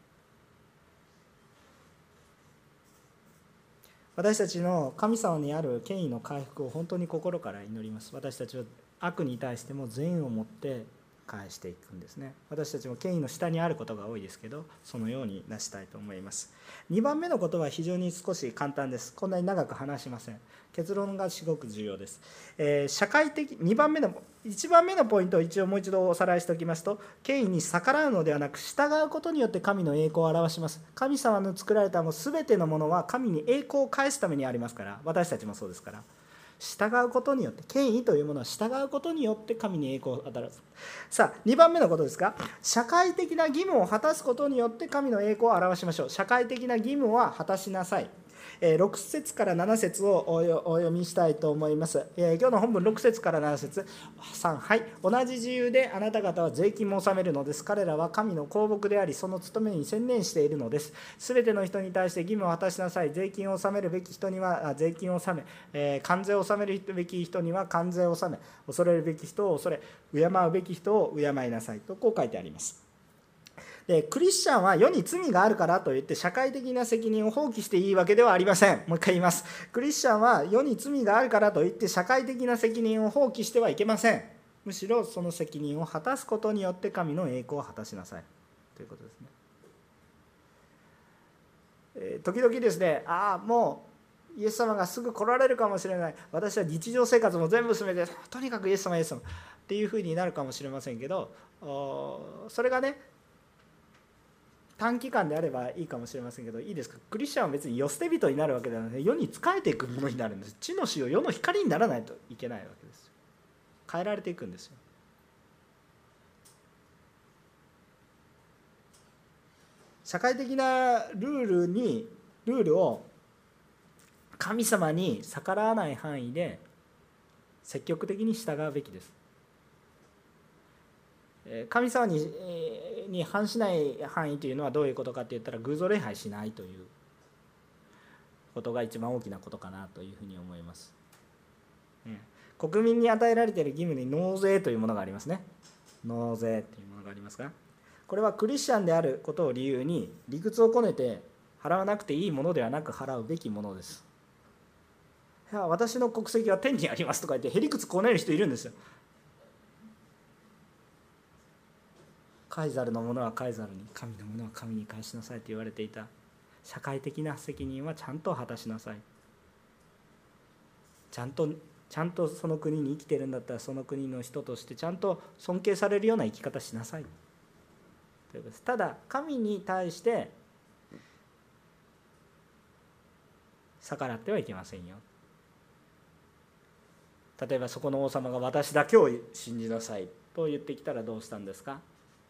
私たちの神様にある権威の回復を本当に心から祈ります。私たちは悪に対しても善を持って返していくんですね。私たちも権威の下にあることが多いですけど、そのようになしたいと思います。にばんめのことは非常に少し簡単です。こんなに長く話しません。結論がすごく重要です。えー、社会的にばんめのいちばんめのポイントを一応もう一度おさらいしておきますと、権威に逆らうのではなく従うことによって神の栄光を表します。神様の作られたもう全てのものは神に栄光を返すためにありますから、私たちもそうですから、従うことによって、権威というものは従うことによって神に栄光を与える。さあにばんめのことですが、社会的な義務を果たすことによって神の栄光を表しましょう。社会的な義務は果たしなさい。ろく節からなな節をお読みしたいと思います。今日の本文ろく節からなな節、さん、はい。同じ自由であなた方は税金も納めるのです。彼らは神の公僕であり、その務めに専念しているのです。すべての人に対して義務を果たしなさい。税金を納めるべき人には税金を納め、えー、関税を納めるべき人には関税を納め、恐れるべき人を恐れ、敬うべき人を敬いなさいと、こう書いてあります。でクリスチャンは世に罪があるからといって社会的な責任を放棄していいわけではありません。もう一回言います。クリスチャンは世に罪があるからといって社会的な責任を放棄してはいけません。むしろその責任を果たすことによって神の栄光を果たしなさいということですね。えー、時々ですね、ああもうイエス様がすぐ来られるかもしれない、私は日常生活も全部進めてとにかくイエス様イエス様っていうふうになるかもしれませんけど、それがね短期間であればいいかもしれませんけど、いいですか、クリスチャンは別に世捨て人になるわけではなくて、世に仕えていくものになるんです。地の塩、世の光にならないといけないわけです。変えられていくんですよ。社会的なルールにルールを神様に逆らわない範囲で積極的に従うべきです。神様にに反しない範囲というのはどういうことかといったら、偶像礼拝しないということが一番大きなことかなというふうに思います。国民に与えられている義務に納税というものがありますね。納税というものがありますが、これはクリスチャンであることを理由に理屈をこねて払わなくていいものではなく払うべきものです。いや私の国籍は天にありますとか言ってへりくつこねる人いるんですよ。カイザルのものはカイザルに、神のものは神に返しなさいと言われていた社会的な責任はちゃんと果たしなさい。ちゃんとちゃんとその国に生きているんだったら、その国の人としてちゃんと尊敬されるような生き方しなさいということです。ただ神に対して逆らってはいけませんよ。例えばそこの王様が私だけを信じなさいと言ってきたらどうしたんですか。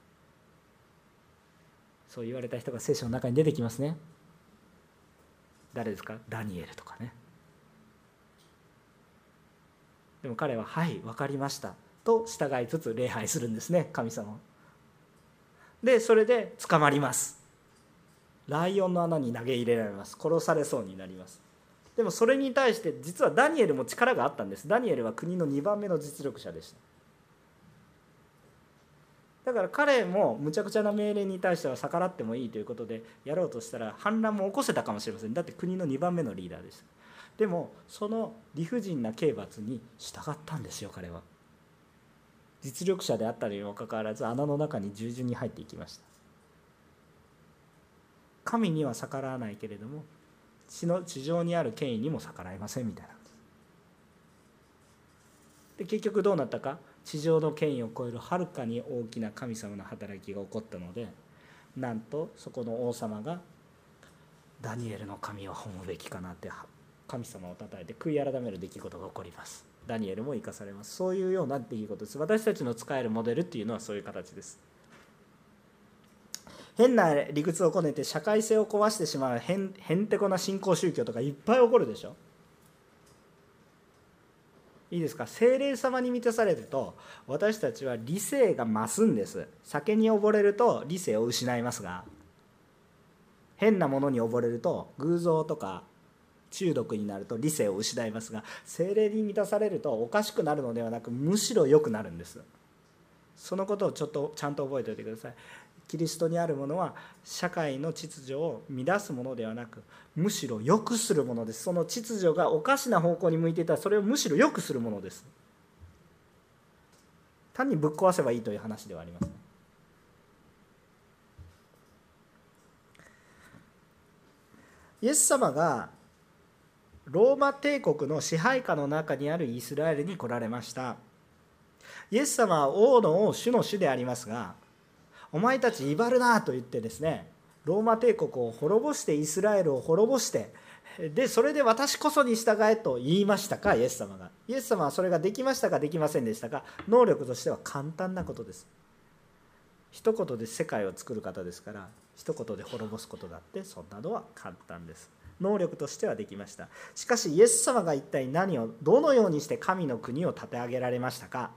そう言われた人が聖書の中に出てきますね。誰ですか。ダニエルとかね。でも彼ははい分かりましたと従いつつ礼拝するんですね、神様で。それで捕まります。ライオンの穴に投げ入れられます。殺されそうになります。でもそれに対して実はダニエルも力があったんです。ダニエルは国のにばんめの実力者でした。だから彼もむちゃくちゃな命令に対しては逆らってもいいということでやろうとしたら反乱も起こせたかもしれません。だって国のにばんめのリーダーでした。でもその理不尽な刑罰に従ったんですよ。彼は実力者であったにもかかわらず穴の中に従順に入っていきました。神には逆らわないけれども地の地上にある権威にも逆らえませんみたいな。で結局どうなったか、地上の権威を超えるはるかに大きな神様の働きが起こったので、なんとそこの王様がダニエルの神を褒むべきかなって神様をたたえて悔い改める出来事が起こります。ダニエルも生かされます。そういうような出来事です。私たちの使えるモデルっていうのはそういう形です。変な理屈をこねて社会性を壊してしまうへんへんてこな新興宗教とかいっぱい起こるでしょ。いいですか。聖霊様に満たされると私たちは理性が増すんです。酒に溺れると理性を失いますが、変なものに溺れると偶像とか中毒になると理性を失いますが、聖霊に満たされるとおかしくなるのではなくむしろ良くなるんです。そのことをちょっとちゃんと覚えておいてください。 キリストにあるものは社会の秩序を乱すものではなく、むしろ良くするものです。その秩序がおかしな方向に向いていたら、それをむしろ良くするものです。単にぶっ壊せばいいという話ではありません。イエス様がローマ帝国の支配下の中にあるイスラエルに来られました。イエス様は王の王、主の主でありますが、お前たち威張るなと言ってですね、ローマ帝国を滅ぼして、イスラエルを滅ぼして、でそれで私こそに従えと言いましたか、イエス様が。イエス様はそれができましたか、できませんでしたか。能力としては簡単なことです。一言で世界を作る方ですから、一言で滅ぼすことだってそんなのは簡単です。能力としてはできました。しかしイエス様が一体何を、どのようにして神の国を立て上げられましたか。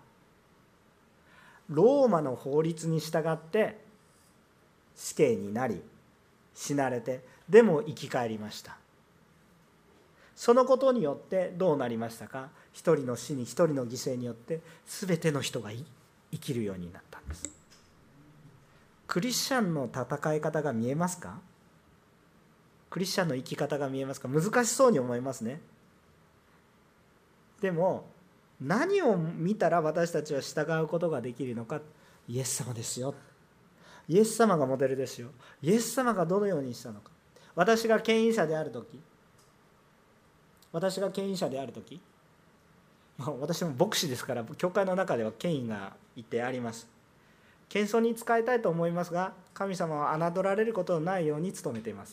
ローマの法律に従って死刑になり、死なれて、でも生き返りました。そのことによってどうなりましたか。一人の死に、一人の犠牲によって全ての人が生きるようになったんです。クリスチャンの戦い方が見えますか。クリスチャンの生き方が見えますか。難しそうに思いますね。でも何を見たら私たちは従うことができるのか。イエス様ですよ。イエス様がモデルですよ。イエス様がどのようにしたのか。私が権威者であるとき、私が権威者であるとき、まあ、私も牧師ですから、教会の中では権威がいてあります。謙遜に仕えたいと思いますが、神様は侮られることのないように努めています。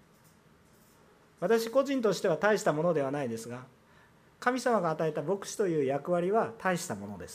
私個人としては大したものではないですが、神様が与えた牧師という役割は大したものです。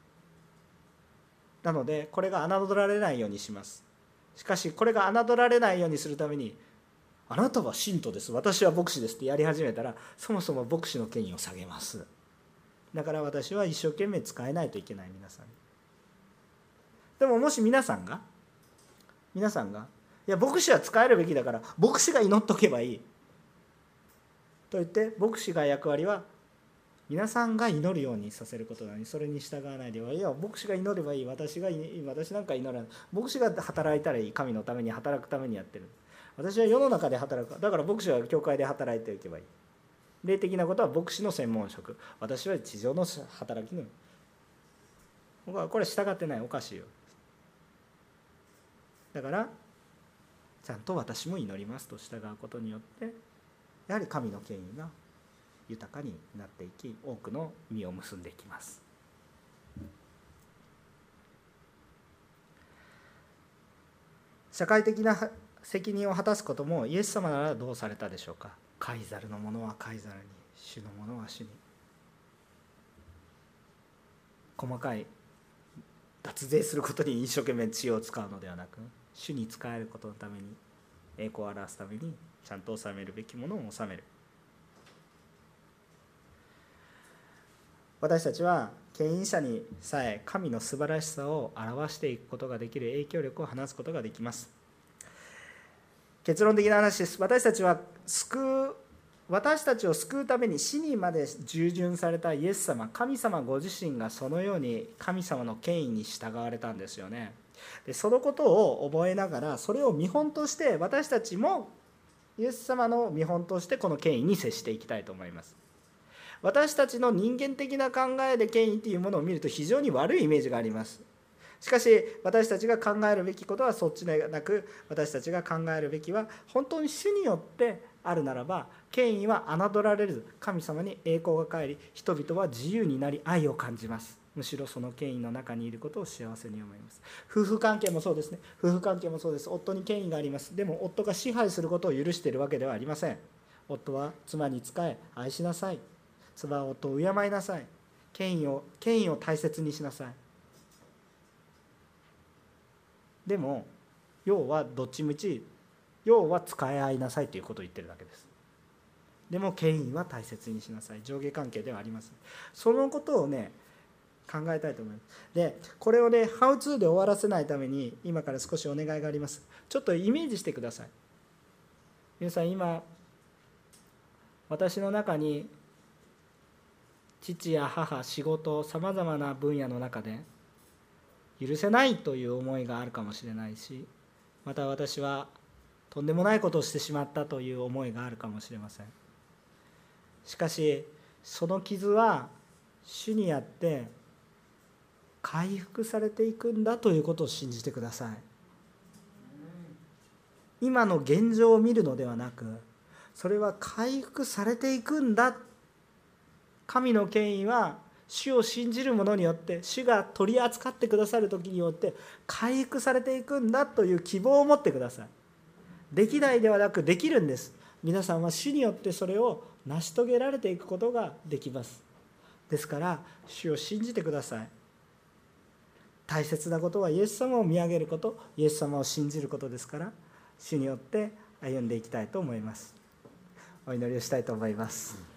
なのでこれが侮られないようにします。しかしこれが侮られないようにするために、あなたは信徒です、私は牧師ですってやり始めたら、そもそも牧師の権威を下げます。だから私は一生懸命使えないといけない。皆さんに。でももし皆さんが皆さんがいや牧師は使えるべきだから牧師が祈っとけばいいと言って、牧師が役割は皆さんが祈るようにさせることなのに、それに従わないでは、いや牧師が祈ればいい、私が私なんか祈らない、牧師が働いたらいい、神のために働くためにやってる、私は世の中で働く、だから牧師は教会で働いていけばいい、霊的なことは牧師の専門職、私は地上の働きの、僕はこれ従ってない、おかしいよ。だからちゃんと私も祈りますと従うことによって、やはり神の権威が豊かになっていき、多くの実を結んでいきます。社会的な責任を果たすこともイエス様ならどうされたでしょうか。カイザルのものはカイザルに、主のものは主に。細かい脱税することに一生懸命知恵を使うのではなく、主に仕えることのために、栄光を表すためにちゃんと納めるべきものを納める。私たちは権威者にさえ神の素晴らしさを表していくことができる影響力を放つことができます。結論的な話です。私たちは救う私たちを救うために死にまで従順されたイエス様、神様ご自身がそのように神様の権威に従われたんですよね。でそのことを覚えながら、それを見本として私たちもイエス様の見本としてこの権威に接していきたいと思います。私たちの人間的な考えで権威というものを見ると非常に悪いイメージがあります。しかし私たちが考えるべきことはそっちではなく、私たちが考えるべきは本当に主によってあるならば、権威は侮られず神様に栄光が返り、人々は自由になり愛を感じます。むしろその権威の中にいることを幸せに思います。夫婦関係もそうですね。夫婦関係もそうです。夫に権威があります。でも夫が支配することを許しているわけではありません。夫は妻に仕え愛しなさい、妻は夫を敬いなさい、権威を権威を大切にしなさい。でも要はどっちみち、要は使い合いなさいということを言ってるだけです。でも権威は大切にしなさい、上下関係ではありません。そのことをね考えたいと思います。でこれをねハウツーで終わらせないために今から少しお願いがあります。ちょっとイメージしてください。皆さん、今私の中に父や母、仕事、さまざまな分野の中で許せないという思いがあるかもしれないし、また私はとんでもないことをしてしまったという思いがあるかもしれません。しかしその傷は主にあって回復されていくんだということを信じてください。今の現状を見るのではなく、それは回復されていくんだ。神の権威は主を信じる者によって、主が取り扱ってくださる時によって回復されていくんだという希望を持ってください。できないではなくできるんです。皆さんは主によってそれを成し遂げられていくことができます。ですから主を信じてください。大切なことはイエス様を見上げること、イエス様を信じることですから、主によって歩んでいきたいと思います。お祈りをしたいと思います。